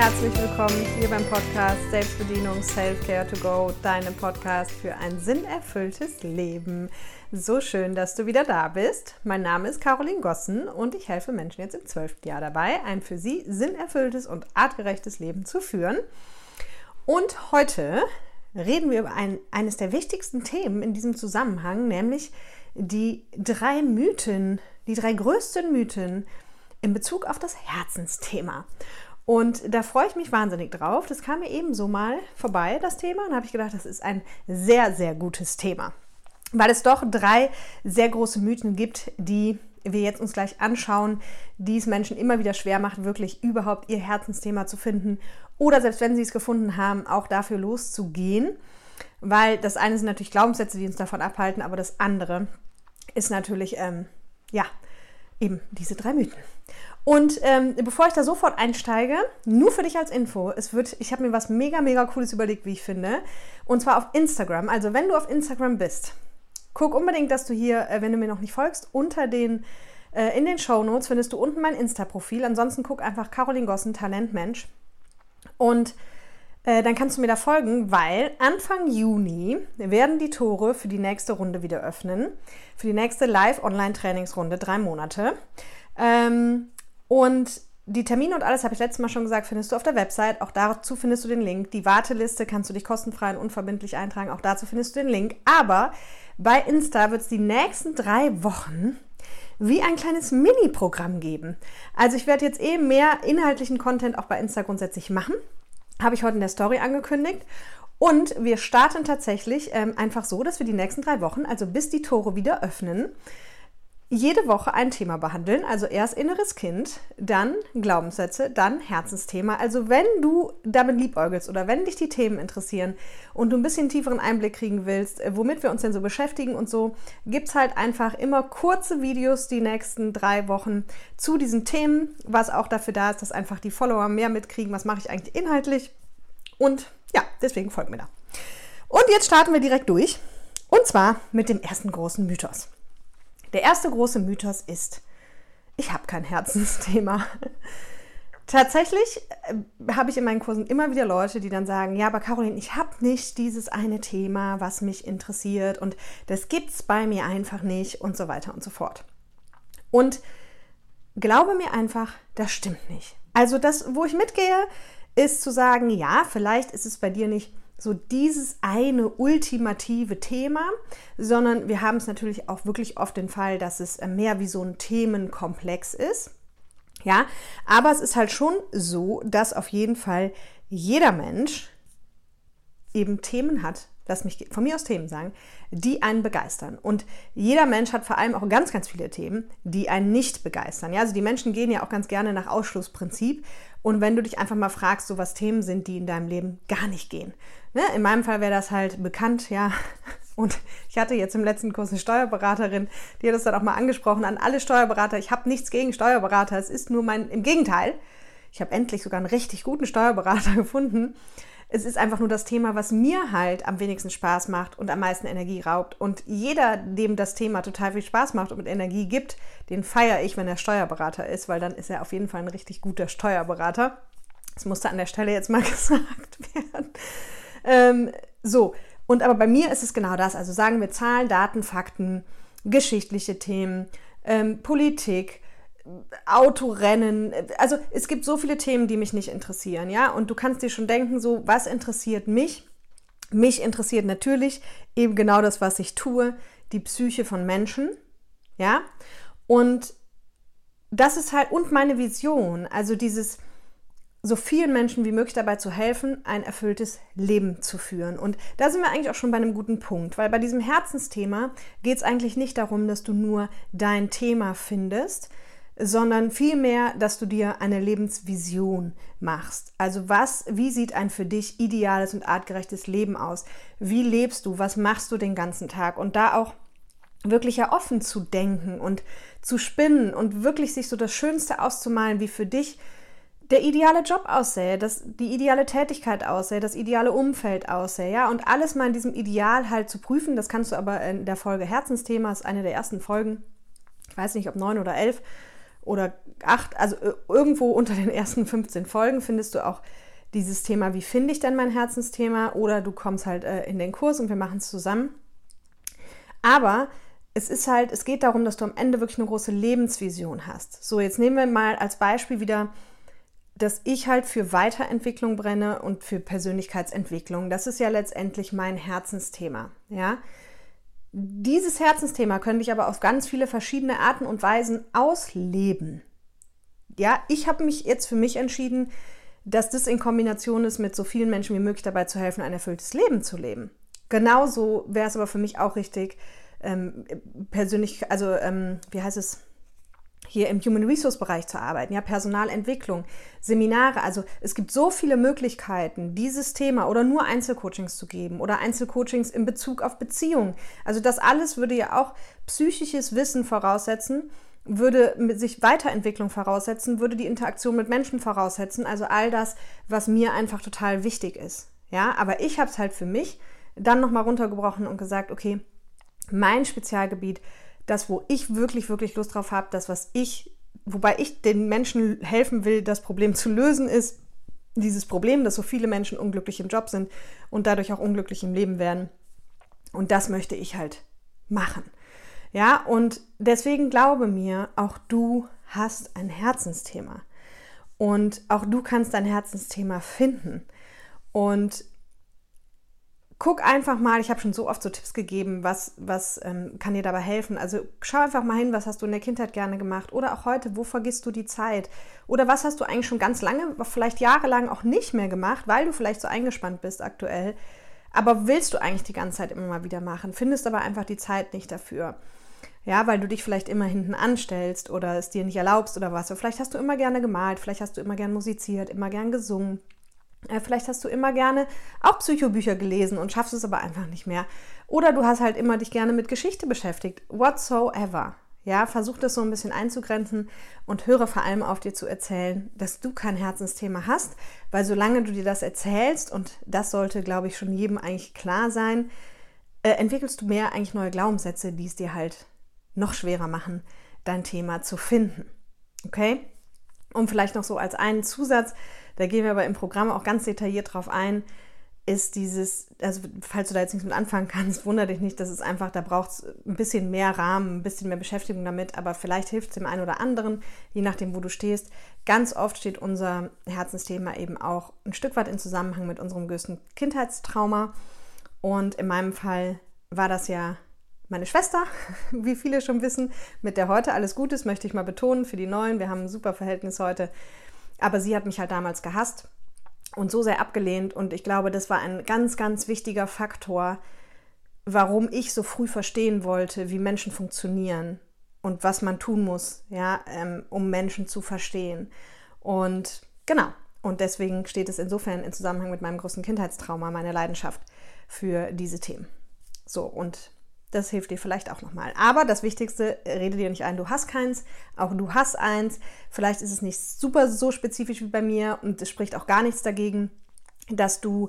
herzlich willkommen hier beim Podcast Selbstbedienung Self-Care to Go, deinem Podcast für ein sinnerfülltes Leben. So schön, dass du wieder da bist. Mein Name ist Caroline Gossen und ich helfe Menschen jetzt im 12. Jahr dabei, ein für sie sinnerfülltes und artgerechtes Leben zu führen. Und heute reden wir über eines der wichtigsten Themen in diesem Zusammenhang, nämlich die drei größten Mythen in Bezug auf das Herzensthema. Und da freue ich mich wahnsinnig drauf. Das kam mir ebenso mal vorbei, das Thema. Und da habe ich gedacht, das ist ein sehr, sehr gutes Thema. Weil es doch drei sehr große Mythen gibt, die wir jetzt uns gleich anschauen, die es Menschen immer wieder schwer macht, wirklich überhaupt ihr Herzensthema zu finden. Oder selbst wenn sie es gefunden haben, auch dafür loszugehen. Weil das eine sind natürlich Glaubenssätze, die uns davon abhalten. Aber das andere ist natürlich, eben diese drei Mythen. Und bevor ich da sofort einsteige, nur für dich als Info, ich habe mir was mega, mega Cooles überlegt, wie ich finde, und zwar auf Instagram. Also wenn du auf Instagram bist, guck unbedingt, dass du hier, wenn du mir noch nicht folgst, in den Shownotes findest du unten mein Insta-Profil. Ansonsten guck einfach Caroline Gossen, Talentmensch. Und dann kannst du mir da folgen, weil Anfang Juni werden die Tore für die nächste Runde wieder öffnen. Für die nächste Live-Online-Trainingsrunde, 3 Monate. Und die Termine und alles, habe ich letztes Mal schon gesagt, findest du auf der Website. Auch dazu findest du den Link. Die Warteliste kannst du dich kostenfrei und unverbindlich eintragen. Auch dazu findest du den Link. Aber bei Insta wird es die nächsten 3 Wochen wie ein kleines Mini-Programm geben. Also ich werde jetzt mehr inhaltlichen Content auch bei Insta grundsätzlich machen. Habe ich heute in der Story angekündigt. Und wir starten tatsächlich einfach so, dass wir die nächsten 3 Wochen, also bis die Tore wieder öffnen, jede Woche ein Thema behandeln. Also erst inneres Kind, dann Glaubenssätze, dann Herzensthema. Also wenn du damit liebäugelst oder wenn dich die Themen interessieren und du ein bisschen tieferen Einblick kriegen willst, womit wir uns denn so beschäftigen und so, gibt es halt einfach immer kurze Videos die nächsten 3 Wochen zu diesen Themen, was auch dafür da ist, dass einfach die Follower mehr mitkriegen, was mache ich eigentlich inhaltlich. Und ja, deswegen folgt mir da. Und jetzt starten wir direkt durch. Und zwar mit dem ersten großen Mythos. Der erste große Mythos ist, ich habe kein Herzensthema. Tatsächlich habe ich in meinen Kursen immer wieder Leute, die dann sagen, ja, aber Caroline, ich habe nicht dieses eine Thema, was mich interessiert und das gibt es bei mir einfach nicht und so weiter und so fort. Und glaube mir einfach, das stimmt nicht. Also das, wo ich mitgehe, ist zu sagen, ja, vielleicht ist es bei dir nicht so dieses eine ultimative Thema, sondern wir haben es natürlich auch wirklich oft den Fall, dass es mehr wie so ein Themenkomplex ist. Ja, aber es ist halt schon so, dass auf jeden Fall jeder Mensch eben Themen hat, lass mich von mir aus Themen sagen, die einen begeistern. Und jeder Mensch hat vor allem auch ganz, ganz viele Themen, die einen nicht begeistern. Ja, also die Menschen gehen ja auch ganz gerne nach Ausschlussprinzip. Und wenn du dich einfach mal fragst, so was Themen sind, die in deinem Leben gar nicht gehen. Ne? In meinem Fall wäre das halt bekannt, ja. Und ich hatte jetzt im letzten Kurs eine Steuerberaterin, die hat das dann auch mal angesprochen an alle Steuerberater. Ich habe nichts gegen Steuerberater, es ist nur im Gegenteil. Ich habe endlich sogar einen richtig guten Steuerberater gefunden. Es ist einfach nur das Thema, was mir halt am wenigsten Spaß macht und am meisten Energie raubt. Und jeder, dem das Thema total viel Spaß macht und mit Energie gibt, den feiere ich, wenn er Steuerberater ist, weil dann ist er auf jeden Fall ein richtig guter Steuerberater. Das musste an der Stelle jetzt mal gesagt werden. Aber bei mir ist es genau das. Also sagen wir Zahlen, Daten, Fakten, geschichtliche Themen, Politik, Autorennen, also es gibt so viele Themen, die mich nicht interessieren, ja, und du kannst dir schon denken, so, was interessiert mich? Mich interessiert natürlich eben genau das, was ich tue, die Psyche von Menschen, ja, und das ist halt, und meine Vision, also dieses, so vielen Menschen wie möglich dabei zu helfen, ein erfülltes Leben zu führen. Und da sind wir eigentlich auch schon bei einem guten Punkt, weil bei diesem Herzensthema geht es eigentlich nicht darum, dass du nur dein Thema findest, sondern vielmehr, dass du dir eine Lebensvision machst. Also wie sieht ein für dich ideales und artgerechtes Leben aus? Wie lebst du? Was machst du den ganzen Tag? Und da auch wirklich ja offen zu denken und zu spinnen und wirklich sich so das Schönste auszumalen, wie für dich der ideale Job aussähe, die ideale Tätigkeit aussähe, das ideale Umfeld aussähe, ja, und alles mal in diesem Ideal halt zu prüfen. Das kannst du aber in der Folge Herzensthema, ist eine der ersten Folgen, ich weiß nicht, ob 9 oder 11, oder 8, also irgendwo unter den ersten 15 Folgen findest du auch dieses Thema, wie finde ich denn mein Herzensthema, oder du kommst halt in den Kurs und wir machen es zusammen. Aber es geht darum, dass du am Ende wirklich eine große Lebensvision hast. So, jetzt nehmen wir mal als Beispiel wieder, dass ich halt für Weiterentwicklung brenne und für Persönlichkeitsentwicklung. Das ist ja letztendlich mein Herzensthema, ja. Dieses Herzensthema könnte ich aber auf ganz viele verschiedene Arten und Weisen ausleben. Ja, ich habe mich jetzt für mich entschieden, dass das in Kombination ist, mit so vielen Menschen wie möglich dabei zu helfen, ein erfülltes Leben zu leben. Genauso wäre es aber für mich auch richtig, persönlich, also wie heißt es, hier im Human Resource Bereich zu arbeiten, ja, Personalentwicklung, Seminare, also es gibt so viele Möglichkeiten, dieses Thema oder nur Einzelcoachings zu geben oder Einzelcoachings in Bezug auf Beziehungen. Also das alles würde ja auch psychisches Wissen voraussetzen, würde mit sich Weiterentwicklung voraussetzen, würde die Interaktion mit Menschen voraussetzen, also all das, was mir einfach total wichtig ist. Ja, aber ich habe es halt für mich dann nochmal runtergebrochen und gesagt, okay, mein Spezialgebiet, das, wo ich wirklich, wirklich Lust drauf habe, wobei ich den Menschen helfen will, das Problem zu lösen, ist dieses Problem, dass so viele Menschen unglücklich im Job sind und dadurch auch unglücklich im Leben werden. Und das möchte ich halt machen. Ja, und deswegen glaube mir, auch du hast ein Herzensthema. Und auch du kannst dein Herzensthema finden. Und guck einfach mal, ich habe schon so oft so Tipps gegeben, was kann dir dabei helfen. Also schau einfach mal hin, was hast du in der Kindheit gerne gemacht oder auch heute, wo vergisst du die Zeit? Oder was hast du eigentlich schon ganz lange, vielleicht jahrelang auch nicht mehr gemacht, weil du vielleicht so eingespannt bist aktuell. Aber willst du eigentlich die ganze Zeit immer mal wieder machen, findest aber einfach die Zeit nicht dafür. Ja, weil du dich vielleicht immer hinten anstellst oder es dir nicht erlaubst oder was. Vielleicht hast du immer gerne gemalt, vielleicht hast du immer gern musiziert, immer gern gesungen. Vielleicht hast du immer gerne auch Psychobücher gelesen und schaffst es aber einfach nicht mehr. Oder du hast halt immer dich gerne mit Geschichte beschäftigt. Whatsoever. Ja, versuch das so ein bisschen einzugrenzen und höre vor allem auf, dir zu erzählen, dass du kein Herzensthema hast, weil solange du dir das erzählst, und das sollte, glaube ich, schon jedem eigentlich klar sein, entwickelst du mehr eigentlich neue Glaubenssätze, die es dir halt noch schwerer machen, dein Thema zu finden. Okay? Und vielleicht noch so als einen Zusatz, da gehen wir aber im Programm auch ganz detailliert drauf ein, ist dieses, also falls du da jetzt nichts mit anfangen kannst, wundere dich nicht, das ist einfach, da braucht es ein bisschen mehr Rahmen, ein bisschen mehr Beschäftigung damit, aber vielleicht hilft es dem einen oder anderen, je nachdem, wo du stehst. Ganz oft steht unser Herzensthema eben auch ein Stück weit in Zusammenhang mit unserem größten Kindheitstrauma, und in meinem Fall war das ja meine Schwester, wie viele schon wissen, mit der heute alles gut ist, möchte ich mal betonen, für die Neuen, wir haben ein super Verhältnis heute, aber sie hat mich halt damals gehasst und so sehr abgelehnt, und ich glaube, das war ein ganz, ganz wichtiger Faktor, warum ich so früh verstehen wollte, wie Menschen funktionieren und was man tun muss, ja, um Menschen zu verstehen. Und genau, und deswegen steht es insofern in Zusammenhang mit meinem größten Kindheitstrauma, meine Leidenschaft für diese Themen. So, und das hilft dir vielleicht auch nochmal. Aber das Wichtigste, rede dir nicht ein, du hast keins, auch du hast eins. Vielleicht ist es nicht super so spezifisch wie bei mir, und es spricht auch gar nichts dagegen, dass du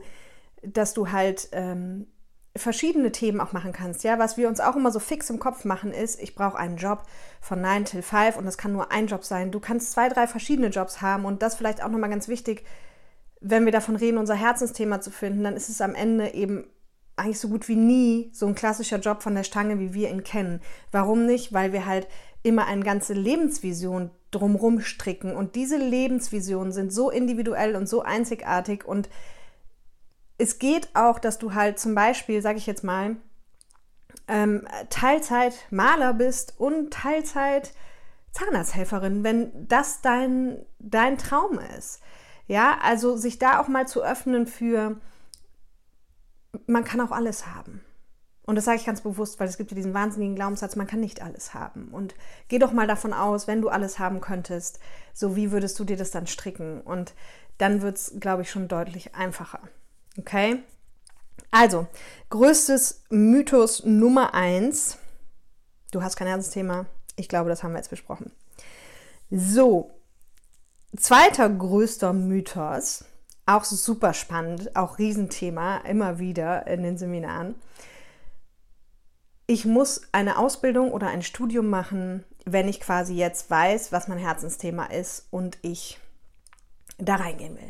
halt verschiedene Themen auch machen kannst. Ja, was wir uns auch immer so fix im Kopf machen ist, ich brauche einen Job von 9 till 5 und das kann nur ein Job sein. Du kannst 2, 3 verschiedene Jobs haben, und das vielleicht auch nochmal ganz wichtig, wenn wir davon reden, unser Herzensthema zu finden, dann ist es am Ende eben eigentlich so gut wie nie so ein klassischer Job von der Stange, wie wir ihn kennen. Warum nicht? Weil wir halt immer eine ganze Lebensvision drumherum stricken, und diese Lebensvisionen sind so individuell und so einzigartig, und es geht auch, dass du halt zum Beispiel, sage ich jetzt mal, Teilzeit Maler bist und Teilzeit Zahnarzthelferin, wenn das dein Traum ist. Ja, also sich da auch mal zu öffnen für, man kann auch alles haben. Und das sage ich ganz bewusst, weil es gibt ja diesen wahnsinnigen Glaubenssatz, man kann nicht alles haben. Und geh doch mal davon aus, wenn du alles haben könntest, so wie würdest du dir das dann stricken? Und dann wird es, glaube ich, schon deutlich einfacher. Okay? Also, größtes Mythos Nummer 1. Du hast kein Herzensthema. Ich glaube, das haben wir jetzt besprochen. So, zweiter größter Mythos. Auch super spannend, auch Riesenthema, immer wieder in den Seminaren. ich muss eine Ausbildung oder ein Studium machen, wenn ich quasi jetzt weiß, was mein Herzensthema ist und ich da reingehen will.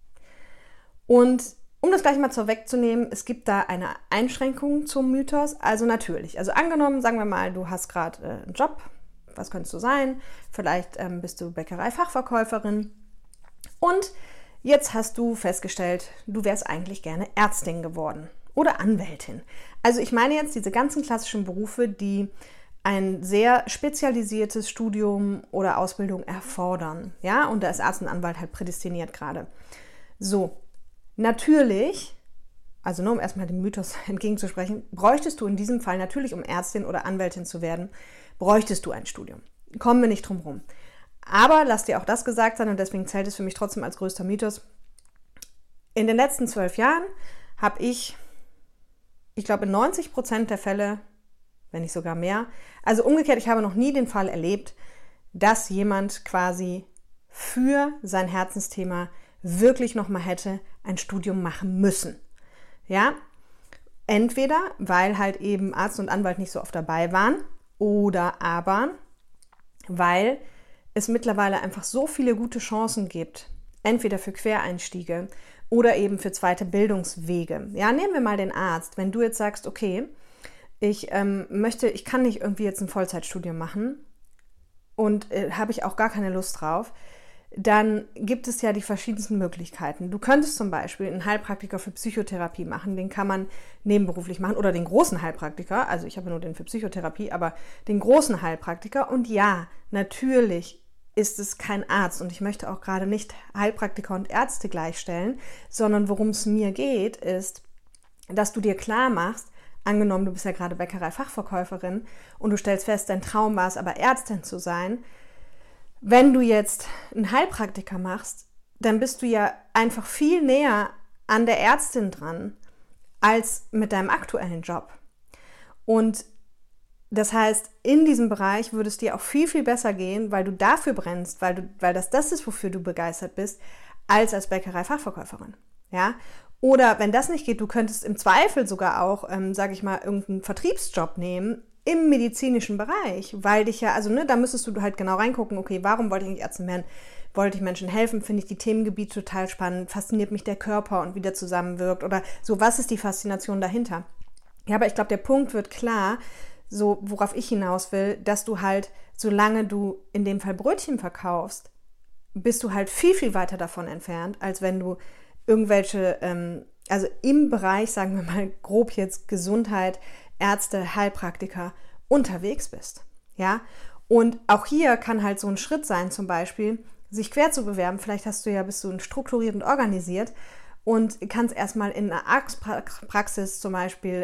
Und um das gleich mal vorwegzunehmen, es gibt da eine Einschränkung zum Mythos. Also natürlich, also angenommen, sagen wir mal, du hast gerade einen Job, was könntest du sein? Vielleicht bist du Bäckerei-Fachverkäuferin und jetzt hast du festgestellt, du wärst eigentlich gerne Ärztin geworden oder Anwältin. Also ich meine jetzt diese ganzen klassischen Berufe, die ein sehr spezialisiertes Studium oder Ausbildung erfordern. Ja, und da ist Arzt und Anwalt halt prädestiniert gerade. So, natürlich, also nur um erstmal dem Mythos entgegenzusprechen, bräuchtest du in diesem Fall natürlich, um Ärztin oder Anwältin zu werden, bräuchtest du ein Studium. Kommen wir nicht drum rum. Aber lass dir auch das gesagt sein und deswegen zählt es für mich trotzdem als größter Mythos. In den letzten 12 Jahren habe ich glaube in 90% der Fälle, wenn nicht sogar mehr, also umgekehrt, ich habe noch nie den Fall erlebt, dass jemand quasi für sein Herzensthema wirklich nochmal hätte ein Studium machen müssen. Ja, entweder, weil halt eben Arzt und Anwalt nicht so oft dabei waren oder aber, weil es mittlerweile einfach so viele gute Chancen gibt, entweder für Quereinstiege oder eben für zweite Bildungswege. Ja, nehmen wir mal den Arzt. Wenn du jetzt sagst, okay, ich kann nicht irgendwie jetzt ein Vollzeitstudium machen und habe ich auch gar keine Lust drauf, dann gibt es ja die verschiedensten Möglichkeiten. Du könntest zum Beispiel einen Heilpraktiker für Psychotherapie machen, den kann man nebenberuflich machen, oder den großen Heilpraktiker, also ich habe nur den für Psychotherapie, aber den großen Heilpraktiker. Und ja, natürlich ist es kein Arzt und ich möchte auch gerade nicht Heilpraktiker und Ärzte gleichstellen, sondern worum es mir geht, ist, dass du dir klar machst, angenommen, du bist ja gerade Bäckerei-Fachverkäuferin und du stellst fest, dein Traum war es aber Ärztin zu sein. Wenn du jetzt einen Heilpraktiker machst, dann bist du ja einfach viel näher an der Ärztin dran als mit deinem aktuellen Job. Und das heißt, in diesem Bereich würde es dir auch viel, viel besser gehen, weil du dafür brennst, weil das ist, wofür du begeistert bist, als Bäckerei-Fachverkäuferin. Ja? Oder wenn das nicht geht, du könntest im Zweifel sogar auch, sage ich mal, irgendeinen Vertriebsjob nehmen im medizinischen Bereich, weil dich ja, also da müsstest du halt genau reingucken, okay, warum wollte ich nicht Ärztin werden? Wollte ich Menschen helfen? Finde ich die Themengebiete total spannend? Fasziniert mich der Körper und wie der zusammenwirkt? Oder so, was ist die Faszination dahinter? Ja, aber ich glaube, der Punkt wird klar, so worauf ich hinaus will, dass du halt, solange du in dem Fall Brötchen verkaufst, bist du halt viel, viel weiter davon entfernt, als wenn du irgendwelche, also im Bereich, sagen wir mal grob jetzt Gesundheit, Ärzte, Heilpraktiker unterwegs bist. Ja? Und auch hier kann halt so ein Schritt sein, zum Beispiel, sich quer zu bewerben. Vielleicht bist du strukturiert und organisiert und kannst erstmal in einer Arztpraxis zum Beispiel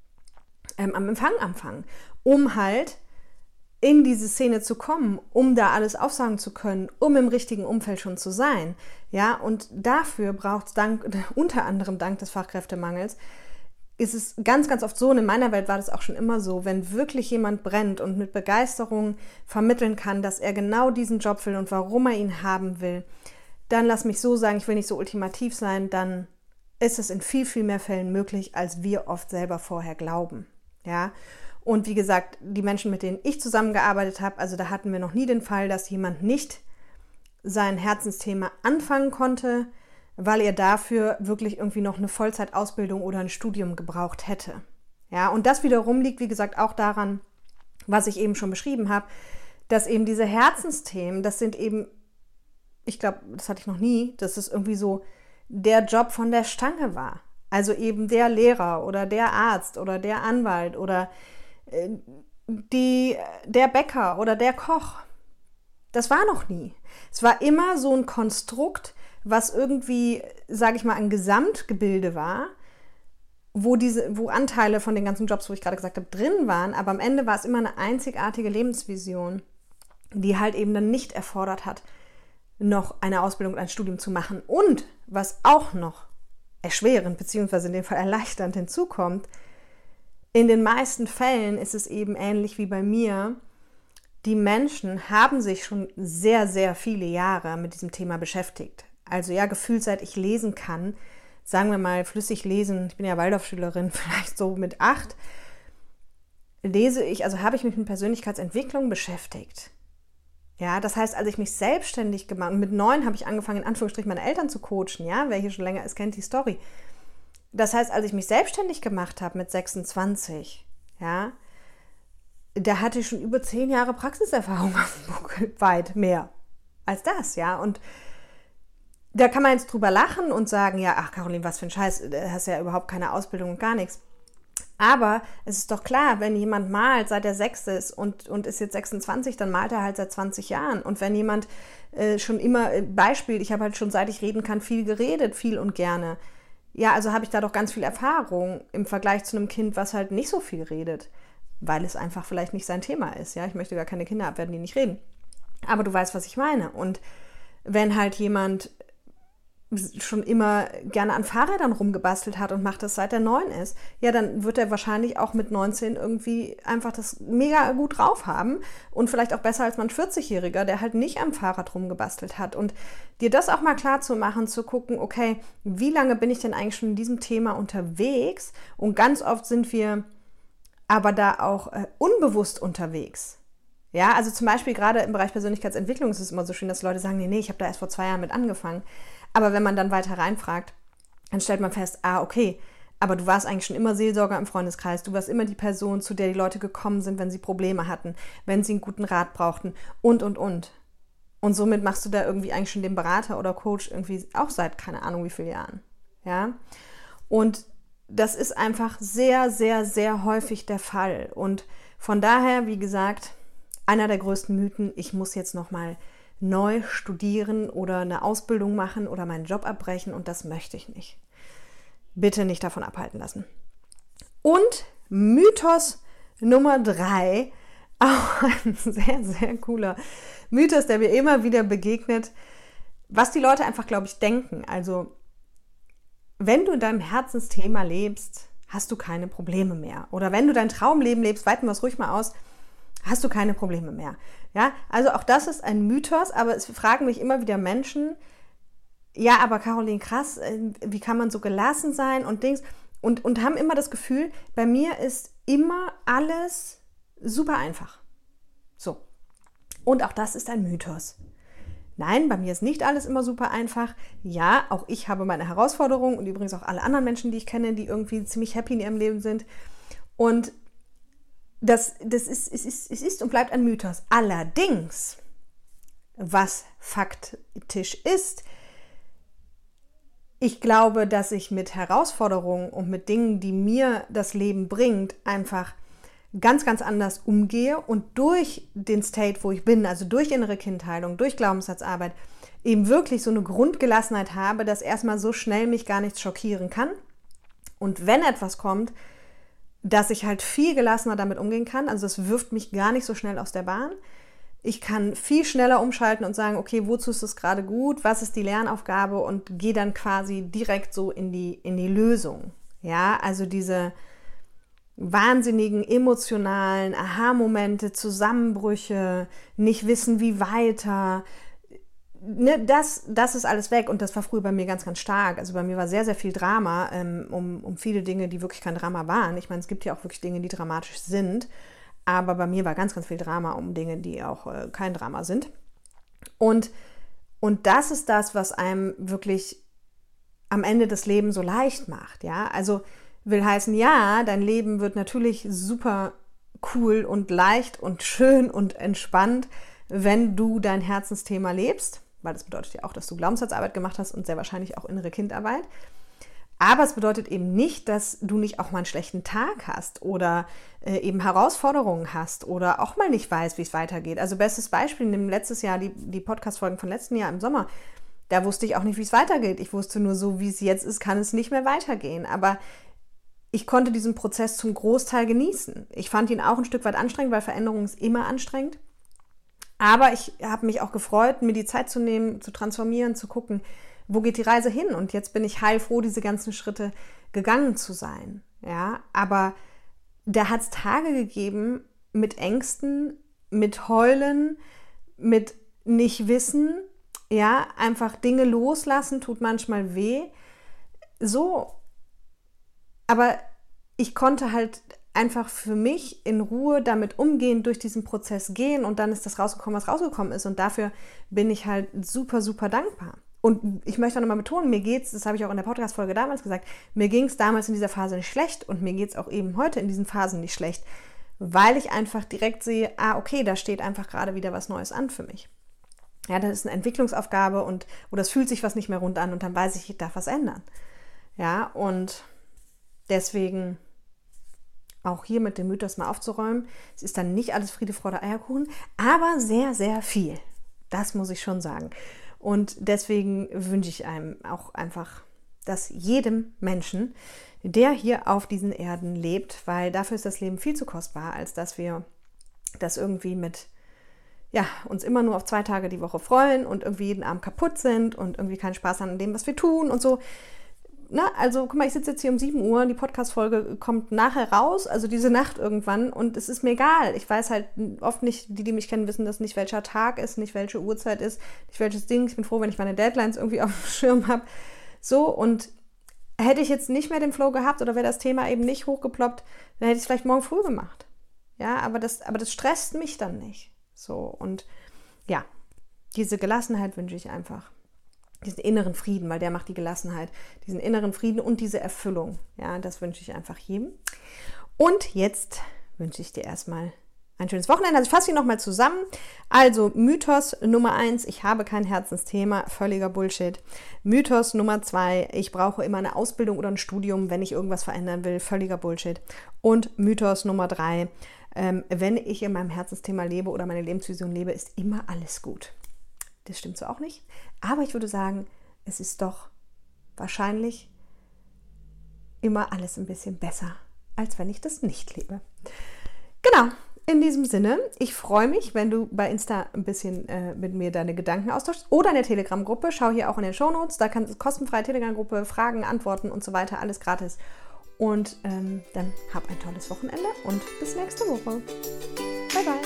am Empfang anfangen, um halt in diese Szene zu kommen, um da alles aufsagen zu können, um im richtigen Umfeld schon zu sein. Ja? Und dafür braucht es unter anderem dank des Fachkräftemangels, ist es ganz, ganz oft so, und in meiner Welt war das auch schon immer so, wenn wirklich jemand brennt und mit Begeisterung vermitteln kann, dass er genau diesen Job will und warum er ihn haben will, dann lass mich so sagen, ich will nicht so ultimativ sein, dann ist es in viel, viel mehr Fällen möglich, als wir oft selber vorher glauben. Ja? Und wie gesagt, die Menschen, mit denen ich zusammengearbeitet habe, also da hatten wir noch nie den Fall, dass jemand nicht sein Herzensthema anfangen konnte, weil er dafür wirklich irgendwie noch eine Vollzeitausbildung oder ein Studium gebraucht hätte. Ja, und das wiederum liegt, wie gesagt, auch daran, was ich eben schon beschrieben habe, dass eben diese Herzensthemen, das sind eben, ich glaube, das hatte ich noch nie, dass es irgendwie so der Job von der Stange war. Also eben der Lehrer oder der Arzt oder der Anwalt oder der Bäcker oder der Koch. Das war noch nie. Es war immer so ein Konstrukt, was irgendwie, sage ich mal, ein Gesamtgebilde war, wo Anteile von den ganzen Jobs, wo ich gerade gesagt habe, drin waren, aber am Ende war es immer eine einzigartige Lebensvision, die halt eben dann nicht erfordert hat, noch eine Ausbildung und ein Studium zu machen. Und was auch noch erschwerend bzw. in dem Fall erleichternd hinzukommt, in den meisten Fällen ist es eben ähnlich wie bei mir, die Menschen haben sich schon sehr, sehr viele Jahre mit diesem Thema beschäftigt. Also ja, gefühlt seit ich lesen kann, sagen wir mal flüssig lesen, ich bin ja Waldorfschülerin, vielleicht so mit 8, habe ich mich mit Persönlichkeitsentwicklung beschäftigt. Ja, das heißt, als ich mich selbstständig gemacht habe, mit 9 habe ich angefangen, in Anführungsstrichen meine Eltern zu coachen, ja, wer hier schon länger ist, kennt die Story. Das heißt, als ich mich selbstständig gemacht habe mit 26, ja, da hatte ich schon über 10 Jahre Praxiserfahrung auf dem Buckel, weit mehr als das, ja, und da kann man jetzt drüber lachen und sagen, ja, ach Caroline, was für ein Scheiß, du hast ja überhaupt keine Ausbildung und gar nichts. Aber es ist doch klar, wenn jemand malt, seit er 6 ist und ist jetzt 26, dann malt er halt seit 20 Jahren. Und wenn jemand schon immer, Beispiel, ich habe halt schon, seit ich reden kann, viel geredet, viel und gerne. Ja, also habe ich da doch ganz viel Erfahrung im Vergleich zu einem Kind, was halt nicht so viel redet, weil es einfach vielleicht nicht sein Thema ist. Ja, ich möchte gar keine Kinder abwerten, die nicht reden. Aber du weißt, was ich meine. Und wenn halt jemand schon immer gerne an Fahrrädern rumgebastelt hat und macht das, seit er 9 ist, ja, dann wird er wahrscheinlich auch mit 19 irgendwie einfach das mega gut drauf haben und vielleicht auch besser als mein 40-Jähriger, der halt nicht am Fahrrad rumgebastelt hat. Und dir das auch mal klar zu machen, zu gucken, okay, wie lange bin ich denn eigentlich schon in diesem Thema unterwegs? Und ganz oft sind wir aber da auch unbewusst unterwegs. Ja, also zum Beispiel gerade im Bereich Persönlichkeitsentwicklung ist es immer so schön, dass Leute sagen, nee, ich habe da erst vor 2 Jahren mit angefangen. Aber wenn man dann weiter reinfragt, dann stellt man fest, okay, aber du warst eigentlich schon immer Seelsorger im Freundeskreis, du warst immer die Person, zu der die Leute gekommen sind, wenn sie Probleme hatten, wenn sie einen guten Rat brauchten und. Und somit machst du da irgendwie eigentlich schon den Berater oder Coach irgendwie auch seit keine Ahnung wie vielen Jahren. Ja? Und das ist einfach sehr, sehr, sehr häufig der Fall. Und von daher, wie gesagt, einer der größten Mythen, ich muss jetzt nochmal neu studieren oder eine Ausbildung machen oder meinen Job abbrechen und das möchte ich nicht. Bitte nicht davon abhalten lassen. Und Mythos Nummer 3, auch ein sehr, sehr cooler Mythos, der mir immer wieder begegnet, was die Leute einfach, glaube ich, denken. Also, wenn du in deinem Herzensthema lebst, hast du keine Probleme mehr. Oder wenn du dein Traumleben lebst, weiten wir es ruhig mal aus, hast du keine Probleme mehr. Ja, also auch das ist ein Mythos, aber es fragen mich immer wieder Menschen, ja, aber Caroline, krass, wie kann man so gelassen sein und Dings und haben immer das Gefühl, bei mir ist immer alles super einfach. So. Und auch das ist ein Mythos. Nein, bei mir ist nicht alles immer super einfach. Ja, auch ich habe meine Herausforderungen und übrigens auch alle anderen Menschen, die ich kenne, die irgendwie ziemlich happy in ihrem Leben sind. Und es ist und bleibt ein Mythos. Allerdings, was faktisch ist, ich glaube, dass ich mit Herausforderungen und mit Dingen, die mir das Leben bringt, einfach ganz, ganz anders umgehe und durch den State, wo ich bin, also durch innere Kindheilung, durch Glaubenssatzarbeit, eben wirklich so eine Grundgelassenheit habe, dass erstmal so schnell mich gar nichts schockieren kann. Und wenn etwas kommt, dass ich halt viel gelassener damit umgehen kann. Also es wirft mich gar nicht so schnell aus der Bahn. Ich kann viel schneller umschalten und sagen, okay, wozu ist es gerade gut? Was ist die Lernaufgabe? Und gehe dann quasi direkt so in die Lösung. Ja, also diese wahnsinnigen emotionalen Aha-Momente, Zusammenbrüche, nicht wissen, wie weiter. Ne, das ist alles weg und das war früher bei mir ganz, ganz stark. Also bei mir war sehr, sehr viel Drama um viele Dinge, die wirklich kein Drama waren. Ich meine, es gibt ja auch wirklich Dinge, die dramatisch sind, aber bei mir war ganz, ganz viel Drama um Dinge, die auch kein Drama sind. Und das ist das, was einem wirklich am Ende des Lebens so leicht macht. Ja? Also will heißen, ja, dein Leben wird natürlich super cool und leicht und schön und entspannt, wenn du dein Herzensthema lebst. Weil das bedeutet ja auch, dass du Glaubenssatzarbeit gemacht hast und sehr wahrscheinlich auch innere Kindarbeit. Aber es bedeutet eben nicht, dass du nicht auch mal einen schlechten Tag hast oder eben Herausforderungen hast oder auch mal nicht weißt, wie es weitergeht. Also bestes Beispiel, nimm letztes Jahr die Podcast-Folgen von letzten Jahr im Sommer. Da wusste ich auch nicht, wie es weitergeht. Ich wusste nur, so wie es jetzt ist, kann es nicht mehr weitergehen. Aber ich konnte diesen Prozess zum Großteil genießen. Ich fand ihn auch ein Stück weit anstrengend, weil Veränderung ist immer anstrengend. Aber ich habe mich auch gefreut, mir die Zeit zu nehmen, zu transformieren, zu gucken, wo geht die Reise hin? Und jetzt bin ich heilfroh, diese ganzen Schritte gegangen zu sein. Ja, aber da hat es Tage gegeben mit Ängsten, mit Heulen, mit nicht wissen, ja, einfach Dinge loslassen, tut manchmal weh. So, aber ich konnte halt einfach für mich in Ruhe damit umgehen, durch diesen Prozess gehen und dann ist das rausgekommen, was rausgekommen ist. Und dafür bin ich halt super, super dankbar. Und ich möchte auch nochmal betonen, mir geht's, das habe ich auch in der Podcast-Folge damals gesagt, mir ging es damals in dieser Phase nicht schlecht und mir geht es auch eben heute in diesen Phasen nicht schlecht, weil ich einfach direkt sehe, okay, da steht einfach gerade wieder was Neues an für mich. Ja, das ist eine Entwicklungsaufgabe oder es fühlt sich was nicht mehr rund an und dann weiß ich darf was ändern. Ja, und deswegen auch hier mit dem Mythos mal aufzuräumen. Es ist dann nicht alles Friede, Freude, Eierkuchen, aber sehr, sehr viel. Das muss ich schon sagen. Und deswegen wünsche ich einem auch einfach, dass jedem Menschen, der hier auf diesen Erden lebt, weil dafür ist das Leben viel zu kostbar, als dass wir das irgendwie uns immer nur auf 2 Tage die Woche freuen und irgendwie jeden Abend kaputt sind und irgendwie keinen Spaß haben an dem, was wir tun und so. Also guck mal, ich sitze jetzt hier um 7 Uhr, die Podcast-Folge kommt nachher raus, also diese Nacht irgendwann und es ist mir egal. Ich weiß halt oft nicht, die mich kennen, wissen das nicht, welcher Tag ist, nicht welche Uhrzeit ist, nicht welches Ding. Ich bin froh, wenn ich meine Deadlines irgendwie auf dem Schirm habe. So, und hätte ich jetzt nicht mehr den Flow gehabt oder wäre das Thema eben nicht hochgeploppt, dann hätte ich es vielleicht morgen früh gemacht. Ja, aber das stresst mich dann nicht. So, und ja, diese Gelassenheit wünsche ich einfach. Diesen inneren Frieden, weil der macht die Gelassenheit, diesen inneren Frieden und diese Erfüllung. Ja, das wünsche ich einfach jedem. Und jetzt wünsche ich dir erstmal ein schönes Wochenende. Also ich fasse hier nochmal zusammen. Also Mythos Nummer 1, ich habe kein Herzensthema, völliger Bullshit. Mythos Nummer 2, ich brauche immer eine Ausbildung oder ein Studium, wenn ich irgendwas verändern will, völliger Bullshit. Und Mythos Nummer 3, wenn ich in meinem Herzensthema lebe oder meine Lebensvision lebe, ist immer alles gut. Das stimmt so auch nicht. Aber ich würde sagen, es ist doch wahrscheinlich immer alles ein bisschen besser, als wenn ich das nicht lebe. Genau, in diesem Sinne, ich freue mich, wenn du bei Insta ein bisschen mit mir deine Gedanken austauschst oder in der Telegram-Gruppe. Schau hier auch in den Shownotes, da kannst du kostenfreie Telegram-Gruppe, Fragen, Antworten und so weiter, alles gratis. Und dann hab ein tolles Wochenende und bis nächste Woche. Bye, bye.